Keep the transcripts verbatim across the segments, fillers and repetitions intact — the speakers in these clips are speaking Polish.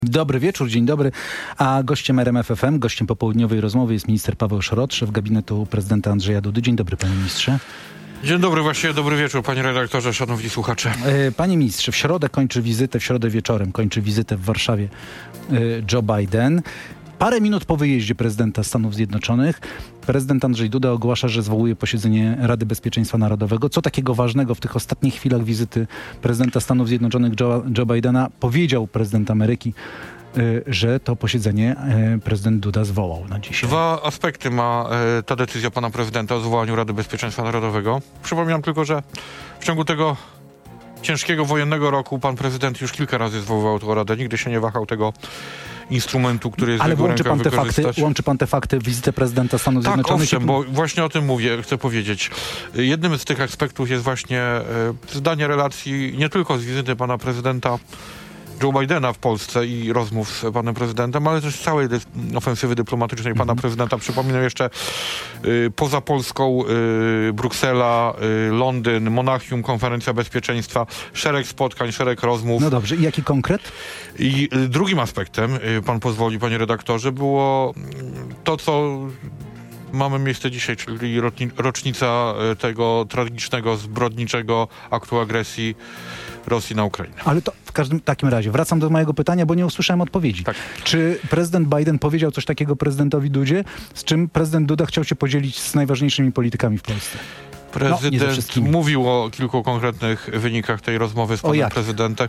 Dobry wieczór, dzień dobry. A gościem R M F F M, gościem popołudniowej rozmowy jest minister Paweł Szrot, szef gabinetu prezydenta Andrzeja Dudy. Dzień dobry, panie ministrze. Dzień dobry, właściwie dobry wieczór, panie redaktorze, szanowni słuchacze. Panie ministrze, w środę kończy wizytę, w środę wieczorem kończy wizytę w Warszawie Joe Biden. Parę minut po wyjeździe prezydenta Stanów Zjednoczonych prezydent Andrzej Duda ogłasza, że zwołuje posiedzenie Rady Bezpieczeństwa Narodowego. Co takiego ważnego w tych ostatnich chwilach wizyty prezydenta Stanów Zjednoczonych Joe, Joe Bidena powiedział prezydent Ameryki, że to posiedzenie prezydent Duda zwołał na dzisiaj? Dwa aspekty ma ta decyzja pana prezydenta o zwołaniu Rady Bezpieczeństwa Narodowego. Przypominam tylko, że w ciągu tego ciężkiego wojennego roku pan prezydent już kilka razy zwoływał tę radę. Nigdy się nie wahał tego instrumentu, który jest Ale w jego łączy rękach pan te wykorzystać. fakty, łączy pan te fakty, wizytę prezydenta Stanów tak, Zjednoczonych? Owszem, bo właśnie o tym mówię, chcę powiedzieć. Jednym z tych aspektów jest właśnie zdanie relacji nie tylko z wizyty pana prezydenta Joe Bidena w Polsce i rozmów z panem prezydentem, ale też całej dy ofensywy dyplomatycznej pana mhm. prezydenta. Przypominam jeszcze y, poza Polską y, Bruksela, y, Londyn, Monachium, konferencja bezpieczeństwa, szereg spotkań, szereg rozmów. No dobrze, i jaki konkret? I y, drugim aspektem, y, pan pozwoli, panie redaktorze, było to, co mamy miejsce dzisiaj, czyli rocznica y, tego tragicznego, zbrodniczego aktu agresji Rosji na Ukrainę. Ale to w każdym takim razie, wracam do mojego pytania, bo nie usłyszałem odpowiedzi. Tak. Czy prezydent Biden powiedział coś takiego prezydentowi Dudzie, z czym prezydent Duda chciał się podzielić z najważniejszymi politykami w Polsce? Prezydent no, mówił o kilku konkretnych wynikach tej rozmowy z panem prezydentem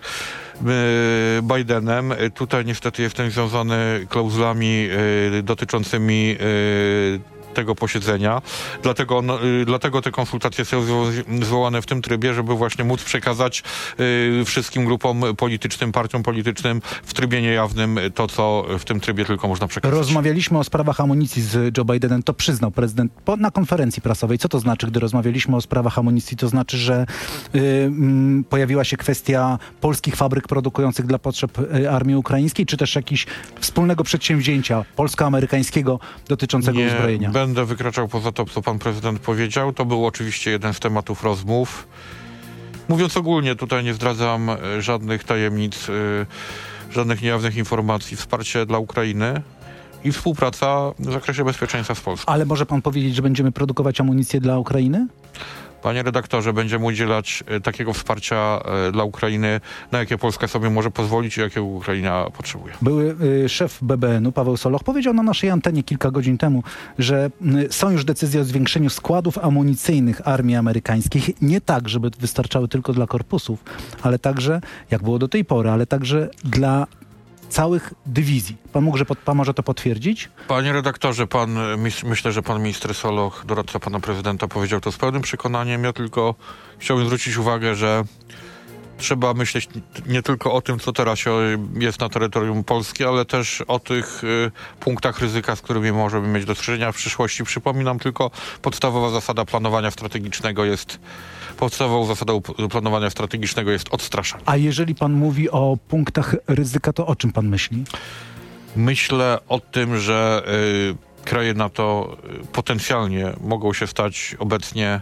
Bidenem. Tutaj niestety jestem związany klauzulami y, dotyczącymi y, tego posiedzenia. Dlatego, on, y, dlatego te konsultacje są zwołane w tym trybie, żeby właśnie móc przekazać y, wszystkim grupom politycznym, partiom politycznym w trybie niejawnym to, co w tym trybie tylko można przekazać. Rozmawialiśmy o sprawach amunicji z Joe Bidenem. To przyznał prezydent po, na konferencji prasowej. Co to znaczy, gdy rozmawialiśmy o sprawach amunicji? To znaczy, że y, y, pojawiła się kwestia polskich fabryk produkujących dla potrzeb y, armii ukraińskiej, czy też jakiegoś wspólnego przedsięwzięcia polsko-amerykańskiego dotyczącego Nie uzbrojenia? Będę wykraczał poza to, co pan prezydent powiedział. To był oczywiście jeden z tematów rozmów. Mówiąc ogólnie, tutaj nie zdradzam y, żadnych tajemnic, y, żadnych niejawnych informacji. Wsparcie dla Ukrainy i współpraca w zakresie bezpieczeństwa z Polską. Ale może pan powiedzieć, że będziemy produkować amunicję dla Ukrainy? Panie redaktorze, będziemy udzielać y, takiego wsparcia y, dla Ukrainy, na jakie Polska sobie może pozwolić i jakiego Ukraina potrzebuje. Były y, szef B B N u Paweł Soloch powiedział na naszej antenie kilka godzin temu, że y, są już decyzje o zwiększeniu składów amunicyjnych armii amerykańskiej. Nie tak, żeby wystarczały tylko dla korpusów, ale także, jak było do tej pory, ale także dla całych dywizji. Pan mógł, że pod, pan może to potwierdzić? Panie redaktorze, pan, myślę, że pan minister Soloch, doradca pana prezydenta, powiedział to z pełnym przekonaniem. Ja tylko chciałbym zwrócić uwagę, że trzeba myśleć nie tylko o tym, co teraz jest na terytorium Polski, ale też o tych y, punktach ryzyka, z którymi możemy mieć do czynienia w przyszłości. Przypominam tylko, podstawowa zasada planowania strategicznego jest Podstawową zasadą planowania strategicznego jest odstraszanie. A jeżeli pan mówi o punktach ryzyka, to o czym pan myśli? Myślę o tym, że y, kraje NATO y, potencjalnie mogą się stać obecnie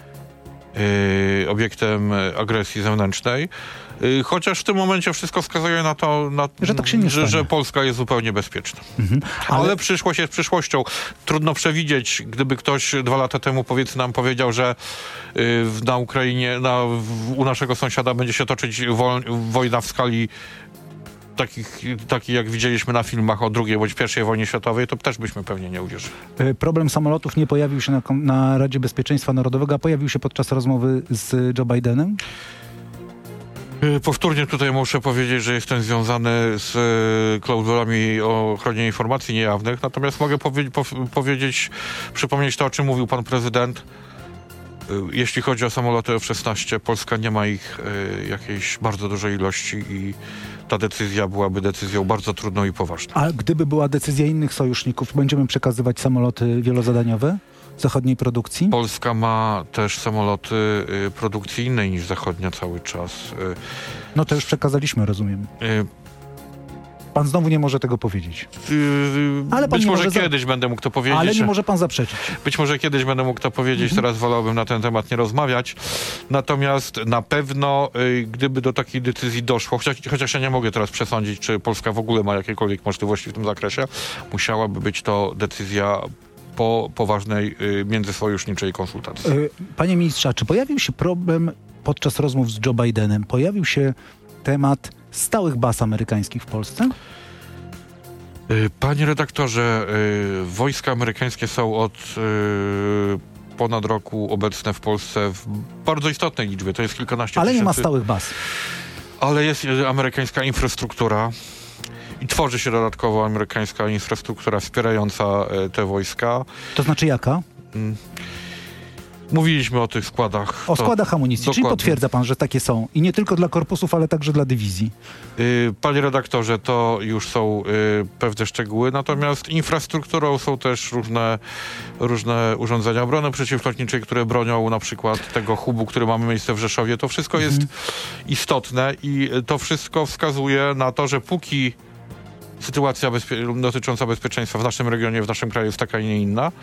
y, obiektem agresji zewnętrznej. Y, chociaż w tym momencie wszystko wskazuje na to, na, że, tak się nie że, że Polska jest zupełnie bezpieczna. Mhm. Ale... Ale przyszłość jest przyszłością. Trudno przewidzieć, gdyby ktoś dwa lata temu powiedz nam powiedział, że y, na Ukrainie, na, w, u naszego sąsiada będzie się toczyć wol, wojna w skali takich, taki jak widzieliśmy na filmach o drugiej bądź pierwszej wojnie światowej, to też byśmy pewnie nie uwierzyli. Problem samolotów nie pojawił się na, na Radzie Bezpieczeństwa Narodowego, a pojawił się podczas rozmowy z Joe Bidenem? Powtórnie tutaj muszę powiedzieć, że jestem związany z klauzulami o ochronie informacji niejawnych, natomiast mogę powie po powiedzieć, przypomnieć to, o czym mówił pan prezydent. Jeśli chodzi o samoloty F szesnaście, Polska nie ma ich y, jakiejś bardzo dużej ilości i ta decyzja byłaby decyzją bardzo trudną i poważną. A gdyby była decyzja innych sojuszników, będziemy przekazywać samoloty wielozadaniowe zachodniej produkcji? Polska ma też samoloty y, produkcji innej niż zachodnia cały czas. Y, no to już przekazaliśmy, rozumiem. Y, Pan znowu nie może tego powiedzieć. Yy, Ale pan być nie może może za- kiedyś będę mógł to powiedzieć. Ale nie może pan zaprzeczyć. Być może kiedyś będę mógł to powiedzieć, Mhm. teraz wolałbym na ten temat nie rozmawiać. Natomiast na pewno, y, gdyby do takiej decyzji doszło, chociaż, chociaż ja nie mogę teraz przesądzić, czy Polska w ogóle ma jakiekolwiek możliwości w tym zakresie, musiałaby być to decyzja po poważnej y, międzysojuszniczej konsultacji. Y, Panie ministrze, a czy pojawił się problem podczas rozmów z Joe Bidenem? Pojawił się temat stałych baz amerykańskich w Polsce? Y, Panie redaktorze, y, wojska amerykańskie są od y, ponad roku obecne w Polsce w bardzo istotnej liczbie, to jest kilkanaście Ale nie ma tysięcy. stałych baz. Ale jest y, amerykańska infrastruktura i tworzy się dodatkowo amerykańska infrastruktura wspierająca y, te wojska. To znaczy jaka? Mm. Mówiliśmy o tych składach. O To- składach amunicji. Czyli dokładnie. potwierdza pan, że takie są. I nie tylko dla korpusów, ale także dla dywizji. Y, Panie redaktorze, to już są y, pewne szczegóły, natomiast infrastrukturą są też różne, różne urządzenia obrony przeciwlotniczej, które bronią na przykład tego hubu, który mamy miejsce w Rzeszowie. To wszystko jest istotne i to wszystko wskazuje na to, że póki sytuacja bezpie- dotycząca bezpieczeństwa w naszym regionie, w naszym kraju jest taka i nie inna,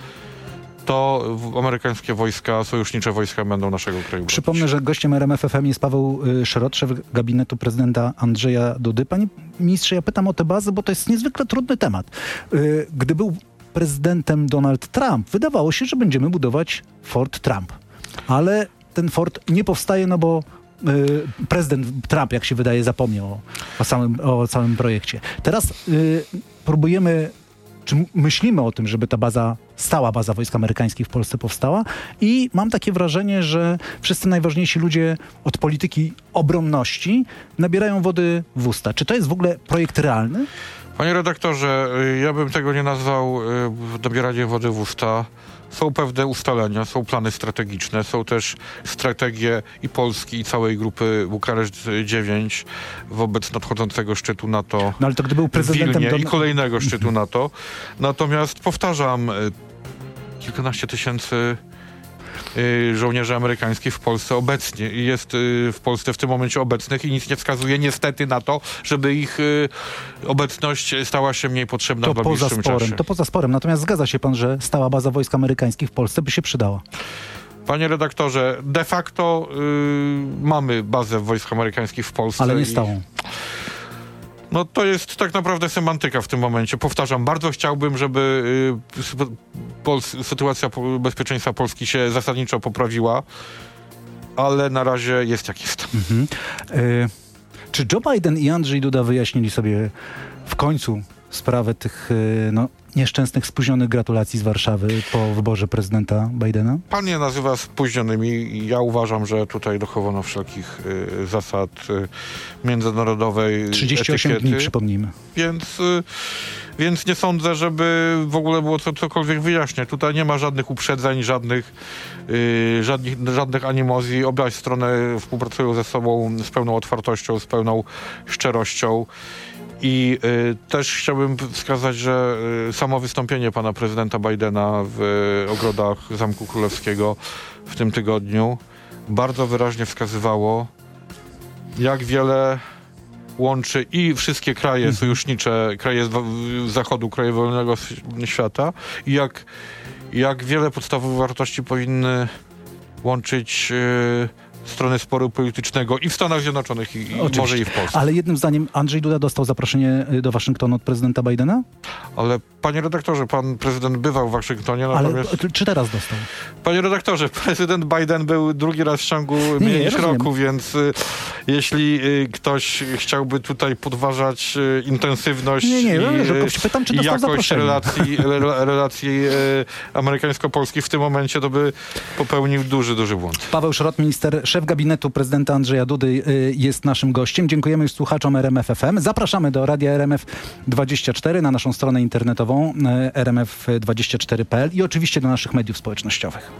to w- amerykańskie wojska, sojusznicze wojska będą naszego kraju bronić. Przypomnę, że gościem R M F F M jest Paweł y, Szrot, szef gabinetu prezydenta Andrzeja Dudy. Panie ministrze, ja pytam o te bazy, bo to jest niezwykle trudny temat. Y, Gdy był prezydentem Donald Trump, wydawało się, że będziemy budować Fort Trump. Ale ten fort nie powstaje, no bo y, prezydent Trump, jak się wydaje, zapomniał o, o, samym, o całym projekcie. Teraz y, próbujemy, czy m- myślimy o tym, żeby ta baza, stała baza wojsk amerykańskich w Polsce powstała i mam takie wrażenie, że wszyscy najważniejsi ludzie od polityki obronności nabierają wody w usta. Czy to jest w ogóle projekt realny? Panie redaktorze, y, ja bym tego nie nazwał y, dobieranie wody w usta. Są pewne ustalenia, są plany strategiczne, są też strategie i Polski, i całej grupy Bukareszt dziewięć wobec nadchodzącego szczytu NATO No ale to gdy był w prezydentem... Wilnie i Don- kolejnego szczytu NATO. Natomiast powtarzam, y, kilkanaście tysięcy y, żołnierzy amerykańskich w Polsce obecnie i jest y, w Polsce w tym momencie obecnych i nic nie wskazuje niestety na to, żeby ich y, obecność stała się mniej potrzebna To w poza najbliższym sporem, czasie. to poza sporem. Natomiast zgadza się pan, że stała baza wojsk amerykańskich w Polsce by się przydała. Panie redaktorze, de facto y, mamy bazę wojsk amerykańskich w Polsce. Ale nie i- stałą. No to jest tak naprawdę semantyka w tym momencie. Powtarzam, bardzo chciałbym, żeby y, sy- Pols- sytuacja po- bezpieczeństwa Polski się zasadniczo poprawiła, ale na razie jest jak jest. Mhm. Y, czy Joe Biden i Andrzej Duda wyjaśnili sobie w końcu sprawę tych y, no, nieszczęsnych, spóźnionych gratulacji z Warszawy po wyborze prezydenta Bidena? Pan je nazywa spóźnionymi i ja uważam, że tutaj dochowano wszelkich y, zasad y, międzynarodowej trzydzieści osiem etykiety. dni, przypomnijmy. Więc, y, więc nie sądzę, żeby w ogóle było co, cokolwiek wyjaśniać. Tutaj nie ma żadnych uprzedzeń, żadnych, y, żadnych, żadnych animozji. Obie strony współpracują ze sobą z pełną otwartością, z pełną szczerością. I y, też chciałbym wskazać, że y, samo wystąpienie pana prezydenta Bidena w y, ogrodach Zamku Królewskiego w tym tygodniu bardzo wyraźnie wskazywało, jak wiele łączy i wszystkie kraje sojusznicze, kraje z, z Zachodu, kraje wolnego s- świata i jak, jak wiele podstawowych wartości powinny łączyć y, strony sporu politycznego i w Stanach Zjednoczonych, i, i Oczywiście. może i w Polsce. Ale jednym zdaniem Andrzej Duda dostał zaproszenie y, do Waszyngtonu od prezydenta Bidena? Ale panie redaktorze, pan prezydent bywał w Waszyngtonie, Ale natomiast... y, czy teraz dostał? Panie redaktorze, prezydent Biden był drugi raz w ciągu mniej nie, niż rozumiem. roku, więc y, jeśli y, ktoś chciałby tutaj podważać y, intensywność Nie, nie, i, no, że y, się pytam, czy i dostał jakość zaproszenie. relacji, re, relacji y, amerykańsko-polskich w tym momencie, to by popełnił duży, duży błąd. Paweł Szrot, minister, szef gabinetu prezydenta Andrzeja Dudy y, jest naszym gościem. Dziękujemy już słuchaczom R M F F M. Zapraszamy do Radia R M F dwadzieścia cztery na naszą stronę internetową y, r m f dwadzieścia cztery kropka p l i oczywiście do naszych mediów społecznościowych.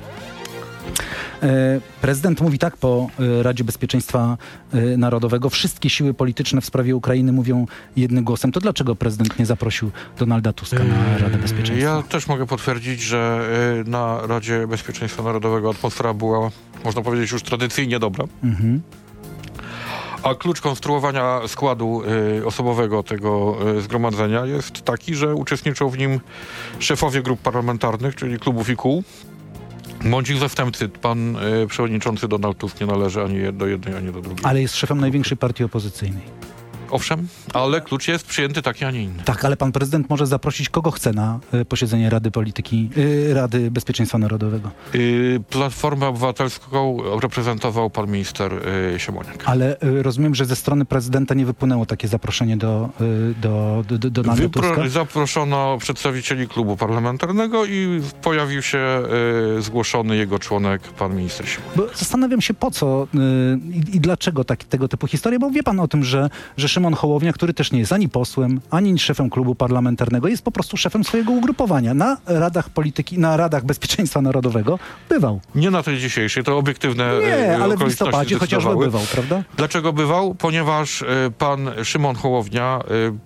Y, Prezydent mówi tak po y, Radzie Bezpieczeństwa y, Narodowego. Wszystkie siły polityczne w sprawie Ukrainy mówią jednym głosem. To dlaczego prezydent nie zaprosił Donalda Tuska na Radę Bezpieczeństwa? Ja też mogę potwierdzić, że y, na Radzie Bezpieczeństwa Narodowego atmosfera była, można powiedzieć, już tradycyjnie dobra. Mhm. A klucz konstruowania składu y, osobowego tego y, zgromadzenia jest taki, że uczestniczą w nim szefowie grup parlamentarnych, czyli klubów i kół, bądź ich zastępcy. Pan y, przewodniczący Donald Tusk nie należy ani do jednej, ani do drugiej. Ale jest szefem największej partii opozycyjnej. Owszem, ale klucz jest przyjęty taki, a nie inny. Tak, ale pan prezydent może zaprosić kogo chce na y, posiedzenie Rady Polityki, y, Rady Bezpieczeństwa Narodowego. Y, Platformę Obywatelską reprezentował pan minister y, Siemoniak. Ale y, rozumiem, że ze strony prezydenta nie wypłynęło takie zaproszenie do, y, do, do, do Donalda Wypro- Tuska? Zaproszono przedstawicieli klubu parlamentarnego i pojawił się y, zgłoszony jego członek, pan minister Siemoniak. Bo zastanawiam się po co y, i, i dlaczego tak, tego typu historie, bo wie pan o tym, że, że Szymon Hołownia, który też nie jest ani posłem, ani szefem klubu parlamentarnego, jest po prostu szefem swojego ugrupowania. Na radach polityki, na radach bezpieczeństwa narodowego bywał. Nie na tej dzisiejszej, to obiektywne Nie, ale w okoliczności listopadzie chociażby zdecydowały. bywał, prawda? Dlaczego bywał? Ponieważ y, pan Szymon Hołownia,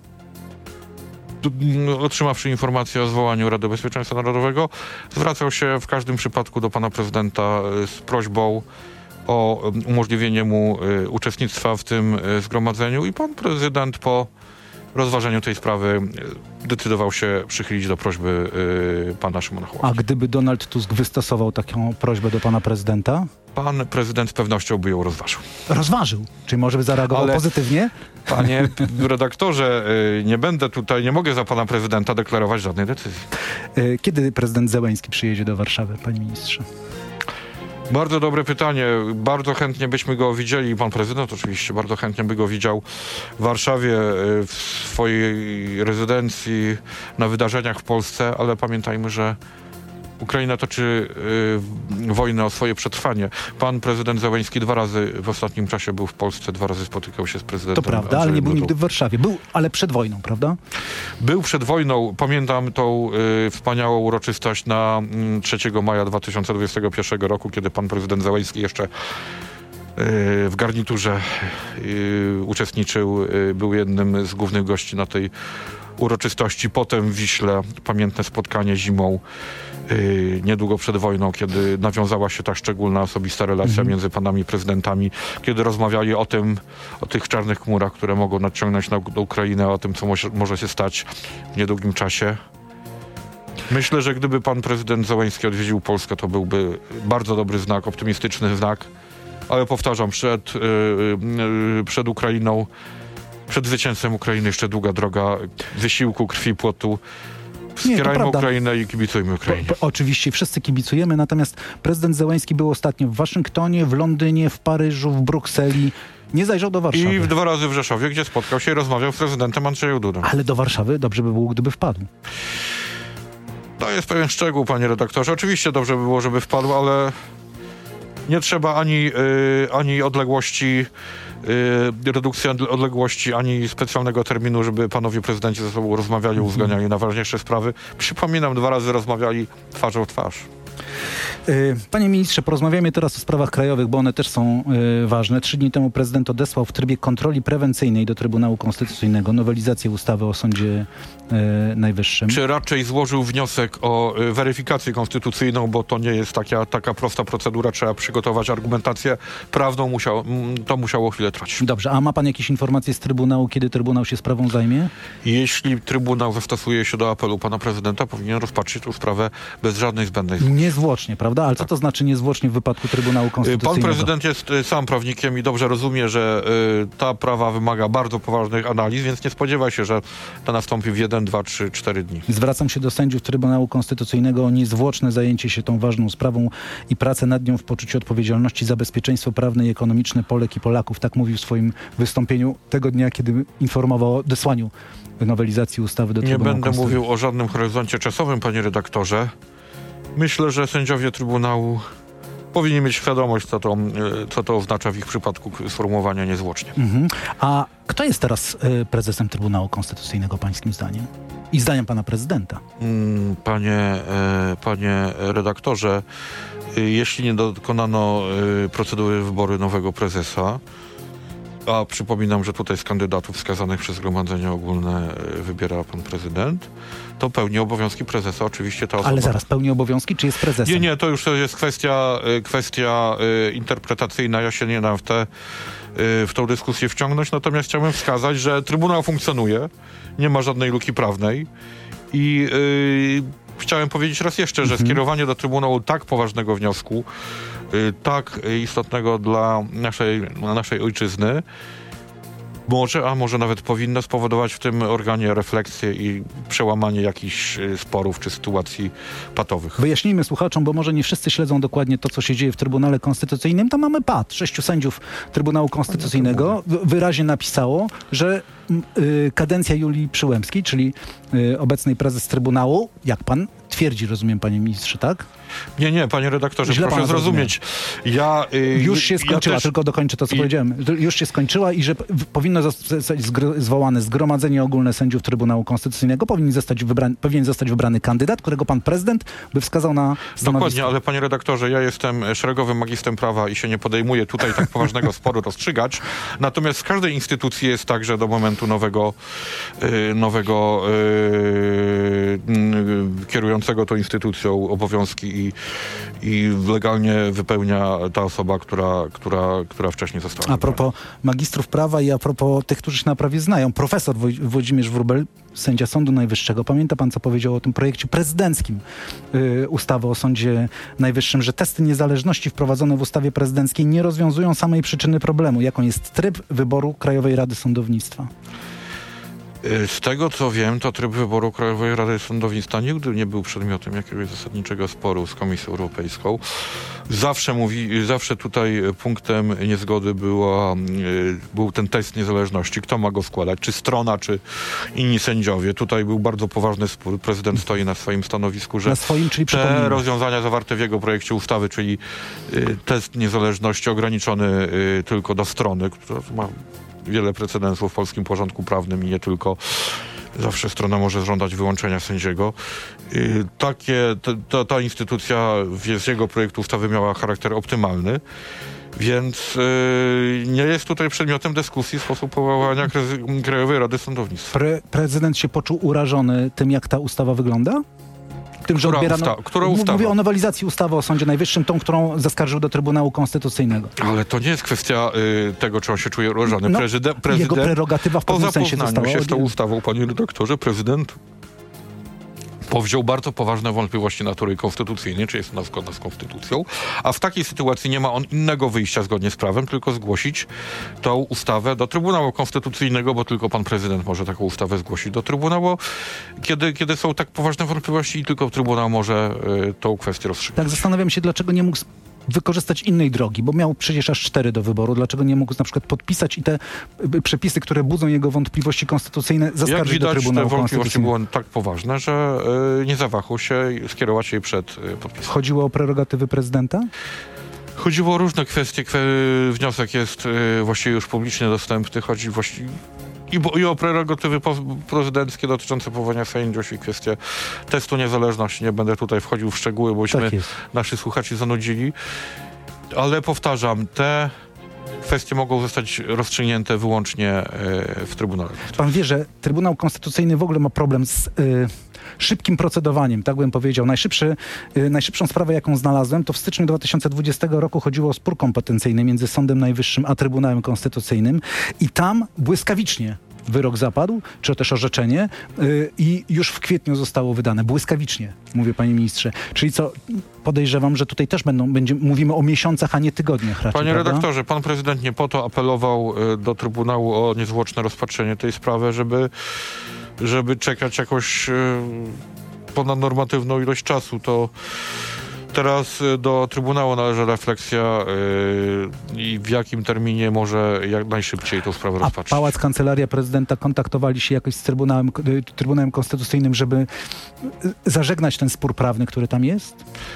y, d- otrzymawszy informację o zwołaniu Rady Bezpieczeństwa Narodowego, zwracał się w każdym przypadku do pana prezydenta y, z prośbą o y, umożliwienie mu y, uczestnictwa w tym y, zgromadzeniu i pan prezydent po rozważeniu tej sprawy y, decydował się przychylić do prośby y, pana Szymona Hołowni. A gdyby Donald Tusk wystosował taką prośbę do pana prezydenta? Pan prezydent z pewnością by ją rozważył. Rozważył. Czyli może by zareagował Ale- pozytywnie? Panie redaktorze, y, nie będę tutaj, nie mogę za pana prezydenta deklarować żadnej decyzji. Y, Kiedy prezydent Zełenski przyjedzie do Warszawy, panie ministrze? Bardzo dobre pytanie. Bardzo chętnie byśmy go widzieli, pan prezydent oczywiście bardzo chętnie by go widział w Warszawie, y, w swojej rezydencji, na wydarzeniach w Polsce, ale pamiętajmy, że Ukraina toczy y, wojnę o swoje przetrwanie. Pan prezydent Zełenski dwa razy w ostatnim czasie był w Polsce, dwa razy spotykał się z prezydentem. To prawda, ale Andrzejem nie był Dudą. nigdy w Warszawie. Był, ale przed wojną, prawda? Był przed wojną, pamiętam tą y, wspaniałą uroczystość na y, trzeciego maja dwa tysiące dwudziestego pierwszego roku, kiedy pan prezydent Zełenski jeszcze y, w garniturze y, uczestniczył, y, był jednym z głównych gości na tej uroczystości. Potem w Wiśle pamiętne spotkanie zimą, y, niedługo przed wojną, kiedy nawiązała się ta szczególna, osobista relacja Mhm. między panami prezydentami, kiedy rozmawiali o tym, o tych czarnych chmurach, które mogą nadciągnąć na, na Ukrainę, o tym, co może, może się stać w niedługim czasie. Myślę, że gdyby pan prezydent Zełenski odwiedził Polskę, to byłby bardzo dobry znak, optymistyczny znak, ale powtarzam, przed, y, y, przed Ukrainą, przed zwycięstwem Ukrainy jeszcze długa droga wysiłku, krwi, potu. Wspierajmy prawda. Ukrainę i kibicujmy Po, Ukrainie. po, oczywiście wszyscy kibicujemy, natomiast prezydent Zełenski był ostatnio w Waszyngtonie, w Londynie, w Paryżu, w Brukseli. Nie zajrzał do Warszawy. I w dwa razy w Rzeszowie, gdzie spotkał się i rozmawiał z prezydentem Andrzejem Dudą. Ale do Warszawy dobrze by było, gdyby wpadł. To jest pewien szczegół, panie redaktorze. Oczywiście dobrze by było, żeby wpadł, ale nie trzeba ani, y, ani odległości, y, redukcji od- odległości, ani specjalnego terminu, żeby panowie prezydenci ze sobą rozmawiali, uzgadniali na ważniejsze sprawy. Przypominam, dwa razy rozmawiali twarzą w twarz. Y, Panie ministrze, porozmawiajmy teraz o sprawach krajowych, bo one też są y, ważne. Trzy dni temu prezydent odesłał w trybie kontroli prewencyjnej do Trybunału Konstytucyjnego nowelizację ustawy o Sądzie y, Najwyższym. Czy raczej złożył wniosek o y, weryfikację konstytucyjną, bo to nie jest taka, taka prosta procedura, trzeba przygotować argumentację prawną, musiał, mm, to musiało chwilę trwać. Dobrze, a ma pan jakieś informacje z Trybunału, kiedy Trybunał się sprawą zajmie? Jeśli Trybunał zastosuje się do apelu pana prezydenta, powinien rozpatrzyć tę sprawę bez żadnej zbędnej zwłoki. Niezwłocznie, prawda? Ale co to znaczy niezwłocznie w wypadku Trybunału Pan Konstytucyjnego? prezydent jest y, sam prawnikiem i dobrze rozumie, że y, ta prawa wymaga bardzo poważnych analiz, więc nie spodziewa się, że to nastąpi w jeden, dwa, trzy, cztery dni. Zwracam się do sędziów Trybunału Konstytucyjnego o niezwłoczne zajęcie się tą ważną sprawą i pracę nad nią w poczuciu odpowiedzialności za bezpieczeństwo prawne i ekonomiczne Polek i Polaków. Tak mówił w swoim wystąpieniu tego dnia, kiedy informował o odesłaniu nowelizacji ustawy do Nie Trybunału będę Konstytucyjnego. mówił o żadnym horyzoncie czasowym, panie redaktorze. Myślę, że sędziowie Trybunału powinni mieć świadomość, co to, y, co to oznacza w ich przypadku sformułowania niezwłocznie. Mhm. A kto jest teraz y, prezesem Trybunału Konstytucyjnego pańskim zdaniem? I zdaniem pana prezydenta? Mm, Panie, e, panie redaktorze, y, jeśli nie dokonano y, procedury wyboru nowego prezesa, A przypominam, że tutaj z kandydatów wskazanych przez Zgromadzenie Ogólne wybiera pan prezydent. To pełni obowiązki prezesa, oczywiście ta osoba... Ale zaraz, pełni obowiązki, czy jest prezesem? Nie, nie, to już jest kwestia, kwestia interpretacyjna. Ja się nie dam w, te, w tą dyskusję wciągnąć, natomiast chciałbym wskazać, że Trybunał funkcjonuje, nie ma żadnej luki prawnej i yy, chciałem powiedzieć raz jeszcze, że mhm. skierowanie do Trybunału tak poważnego wniosku, yy, tak istotnego dla naszej, dla naszej ojczyzny, może, a może nawet powinno spowodować w tym organie refleksję i przełamanie jakichś sporów czy sytuacji patowych. Wyjaśnijmy słuchaczom, bo może nie wszyscy śledzą dokładnie to, co się dzieje w Trybunale Konstytucyjnym. Tam mamy P A T. Sześciu sędziów Trybunału Konstytucyjnego wyraźnie napisało, że y, kadencja Julii Przyłębskiej, czyli y, obecnej prezes Trybunału, jak pan twierdzi, rozumiem, panie ministrze, tak? Nie, nie, panie redaktorze, Źle proszę zrozumieć. Ja, y, już się skończyła, ja też... tylko dokończę to, co I... powiedziałem. Już się skończyła i że powinno zostać zwołane Zgromadzenie Ogólne Sędziów Trybunału Konstytucyjnego, powinien zostać wybrany, powinien zostać wybrany kandydat, którego pan prezydent by wskazał na stanowisko. Dokładnie, ale panie redaktorze, ja jestem szeregowym magistrem prawa i się nie podejmuję tutaj tak poważnego sporu rozstrzygać. Natomiast w każdej instytucji jest tak, że do momentu nowego, yy, nowego yy, yy, kierującego tą instytucją obowiązki i, i legalnie wypełnia ta osoba, która, która, która wcześniej została. A propos magistrów prawa i a propos tych, którzy się na prawie znają. Profesor Włodzimierz Wróbel, sędzia Sądu Najwyższego. Pamięta pan, co powiedział o tym projekcie prezydenckim yy, ustawy o Sądzie Najwyższym, że testy niezależności wprowadzone w ustawie prezydenckiej nie rozwiązują samej przyczyny problemu, jaką jest tryb wyboru Krajowej Rady Sądownictwa. Z tego, co wiem, to tryb wyboru Krajowej Rady Sądownictwa nigdy nie był przedmiotem jakiegoś zasadniczego sporu z Komisją Europejską. Zawsze mówi, zawsze tutaj punktem niezgody była, był ten test niezależności. Kto ma go składać? Czy strona, czy inni sędziowie? Tutaj był bardzo poważny spór. Prezydent stoi na swoim stanowisku, że na swoim, czyli te rozwiązania zawarte w jego projekcie ustawy, czyli test niezależności ograniczony tylko do strony, która ma wiele precedensów w polskim porządku prawnym i nie tylko. Zawsze strona może żądać wyłączenia sędziego. Yy, takie, t, t, ta instytucja z jego projektu ustawy miała charakter optymalny, więc yy, nie jest tutaj przedmiotem dyskusji sposób powołania Krajowej Rady Sądownictwa. Pre, prezydent się poczuł urażony tym, jak ta ustawa wygląda? Tym, że która odbierano, usta- która ustawa? Mówię o nowelizacji ustawy o Sądzie Najwyższym, tą, którą zaskarżył do Trybunału Konstytucyjnego. Ale to nie jest kwestia y, tego, czy on się czuje urażony. No, Prezydent, prezydent, jego prerogatywa w pewnym sensie została... Po zapoznaniu się z tą ustawą, panie redaktorze, prezydent powziął bardzo poważne wątpliwości natury konstytucyjnej, czy jest ona zgodna z konstytucją, a w takiej sytuacji nie ma on innego wyjścia zgodnie z prawem, tylko zgłosić tą ustawę do Trybunału Konstytucyjnego, bo tylko pan prezydent może taką ustawę zgłosić do Trybunału, kiedy, kiedy są tak poważne wątpliwości i tylko Trybunał może y, tą kwestię rozstrzygnąć. Tak, zastanawiam się, dlaczego nie mógł wykorzystać innej drogi, bo miał przecież aż cztery do wyboru. Dlaczego nie mógł na przykład podpisać i te y, przepisy, które budzą jego wątpliwości konstytucyjne, zaskarżyć do Trybunału Konstytucyjnego? Jak widać, te wątpliwości były tak poważne, że y, nie zawahał się skierować jej przed y, podpisem. Chodziło o prerogatywy prezydenta? Chodziło o różne kwestie. Kwe- wniosek jest y, właściwie już publicznie dostępny. Chodzi właściwie I, bo, i o prerogatywy prezydenckie dotyczące powołania sędziów i kwestie testu niezależności. Nie będę tutaj wchodził w szczegóły, bośmy tak naszych słuchaczy zanudzili. Ale powtarzam, te kwestie mogą zostać rozstrzygnięte wyłącznie y, w Trybunale. Pan wie, że Trybunał Konstytucyjny w ogóle ma problem z... Y- szybkim procedowaniem, tak bym powiedział. Najszybszy, yy, najszybszą sprawę, jaką znalazłem, to w styczniu dwa tysiące dwudziestego roku chodziło o spór kompetencyjny między Sądem Najwyższym a Trybunałem Konstytucyjnym i tam błyskawicznie wyrok zapadł, czy też orzeczenie yy, i już w kwietniu zostało wydane. Błyskawicznie, mówię panie ministrze. Czyli co, podejrzewam, że tutaj też będą, będzie, mówimy o miesiącach, a nie tygodniach raczej. Panie prawda? redaktorze, pan prezydent nie po to apelował y, do Trybunału o niezwłoczne rozpatrzenie tej sprawy, żeby żeby czekać jakąś y, ponadnormatywną ilość czasu. To teraz y, do Trybunału należy refleksja y, i w jakim terminie może jak najszybciej tą sprawę A rozpatrzyć. Pałac, Kancelaria Prezydenta kontaktowali się jakoś z Trybunałem, Trybunałem Konstytucyjnym, żeby zażegnać ten spór prawny, który tam jest?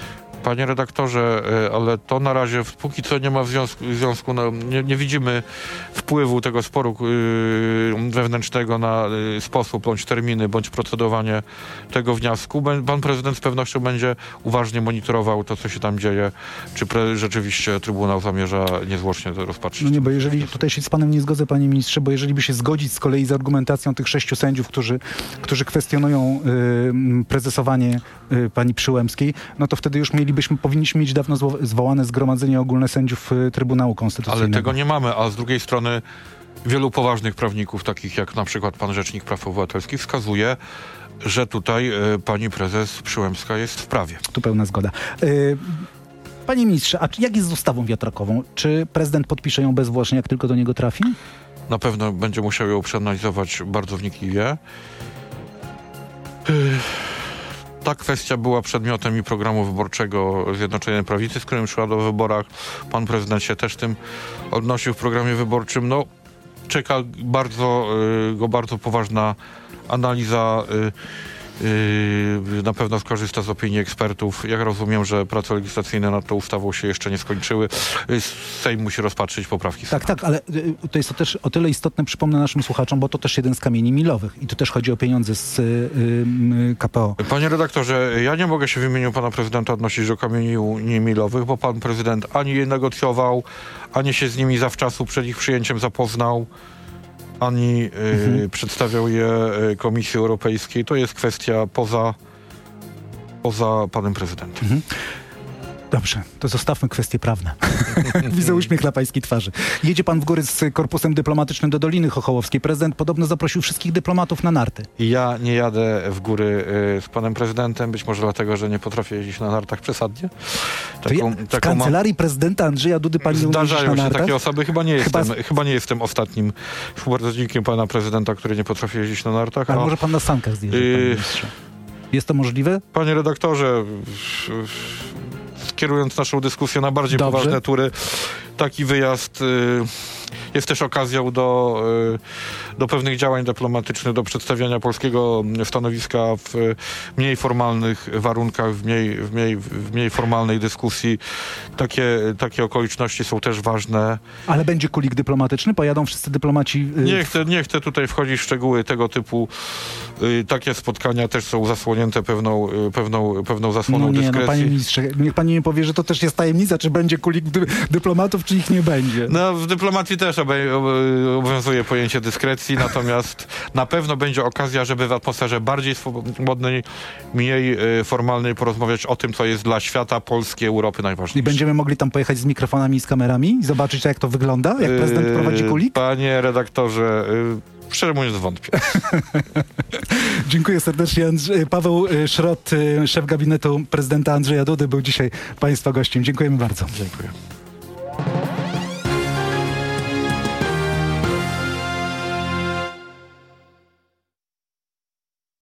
Panie redaktorze, ale to na razie póki co nie ma w związku, w związku no, nie, nie widzimy wpływu tego sporu yy, wewnętrznego na yy, sposób, bądź terminy, bądź procedowanie tego wniosku. Pan prezydent z pewnością będzie uważnie monitorował to, co się tam dzieje, czy pre, rzeczywiście Trybunał zamierza niezwłocznie to rozpatrzyć. No nie, bo jeżeli tutaj się z panem nie zgodzę, panie ministrze, bo jeżeli by się zgodzić z kolei z argumentacją tych sześciu sędziów, którzy, którzy kwestionują yy, prezesowanie yy, pani Przyłębskiej, no to wtedy już mielibyśmy, powinniśmy mieć dawno zwo- zwołane Zgromadzenie Ogólne Sędziów yy, Trybunału Konstytucyjnego. Ale tego nie mamy, a z drugiej strony wielu poważnych prawników, takich jak na przykład pan Rzecznik Praw Obywatelskich, wskazuje, że tutaj y, pani prezes Przyłębska jest w prawie. Tu pełna zgoda. Yy, panie ministrze, a jak jest z ustawą wiatrakową? Czy prezydent podpisze ją bezwłocznie, jak tylko do niego trafi? Na pewno będzie musiał ją przeanalizować bardzo wnikliwie. Yy. Ta kwestia była przedmiotem i programu wyborczego Zjednoczonej Prawicy, z którym szła do wyborach. Pan prezydent się też tym odnosił w programie wyborczym. No, czeka bardzo, y, go bardzo poważna analiza. Y, y, na pewno skorzysta z opinii ekspertów. Ja rozumiem, że prace legislacyjne nad tą ustawą się jeszcze nie skończyły. Y, Sejm musi rozpatrzyć poprawki. Tak, tak, ale y, to jest to też o tyle istotne, przypomnę naszym słuchaczom, bo to też jeden z kamieni milowych i tu też chodzi o pieniądze z y, y, K P O. Panie redaktorze, ja nie mogę się w imieniu pana prezydenta odnosić do kamieni milowych, bo pan prezydent ani je negocjował, ani się z nimi zawczasu przed ich przyjęciem zapoznał, ani y, mhm. przedstawiał je y, Komisji Europejskiej. To jest kwestia poza, poza panem prezydentem. Mhm. Dobrze, to zostawmy kwestie prawne. Widzę uśmiech na pańskiej twarzy. Jedzie pan w góry z korpusem dyplomatycznym do Doliny Chochołowskiej. Prezydent podobno zaprosił wszystkich dyplomatów na narty. Ja nie jadę w góry y, z panem prezydentem, być może dlatego, że nie potrafię jeździć na nartach przesadnie. Taką, ja, w taką kancelarii mam... prezydenta Andrzeja Dudy pani nie Zdarzają na się nartach? takie osoby. Chyba nie, chyba... jestem, chyba nie jestem ostatnim współpracownikiem pana prezydenta, który nie potrafi jeździć na nartach. Ale a... może pan na sankach zjeżdża, y... panie ministrze. Jest to możliwe? Panie redaktorze, kierując naszą dyskusję na bardziej Dobrze. poważne tury, taki wyjazd y, jest też okazją do, y, do pewnych działań dyplomatycznych, do przedstawiania polskiego stanowiska w mniej formalnych warunkach, w mniej, w mniej, w mniej formalnej dyskusji. Takie, takie okoliczności są też ważne. Ale będzie kulik dyplomatyczny? Pojadą wszyscy dyplomaci? Y... Nie chcę, nie chcę tutaj wchodzić w szczegóły tego typu. Y, takie spotkania też są zasłonięte pewną, y, pewną, pewną zasłoną no nie, dyskrecji. No panie ministrze, niech pan nie powie, że to też jest tajemnica, czy będzie kulik dy dyplomatów, czy ich nie będzie. No w dyplomacji też obowiązuje pojęcie dyskrecji, natomiast na pewno będzie okazja, żeby w atmosferze bardziej swobodnej, mniej y, formalnej porozmawiać o tym, co jest dla świata, Polski, Europy najważniejsze. I będziemy mogli tam pojechać z mikrofonami i z kamerami i zobaczyć, jak to wygląda, jak prezydent prowadzi kulik? Panie redaktorze, y, szczerze mówiąc wątpię. Dziękuję serdecznie. Andrzej, Paweł Szrot, szef gabinetu prezydenta Andrzeja Dudy, był dzisiaj państwa gościem. Dziękujemy bardzo. Dziękuję.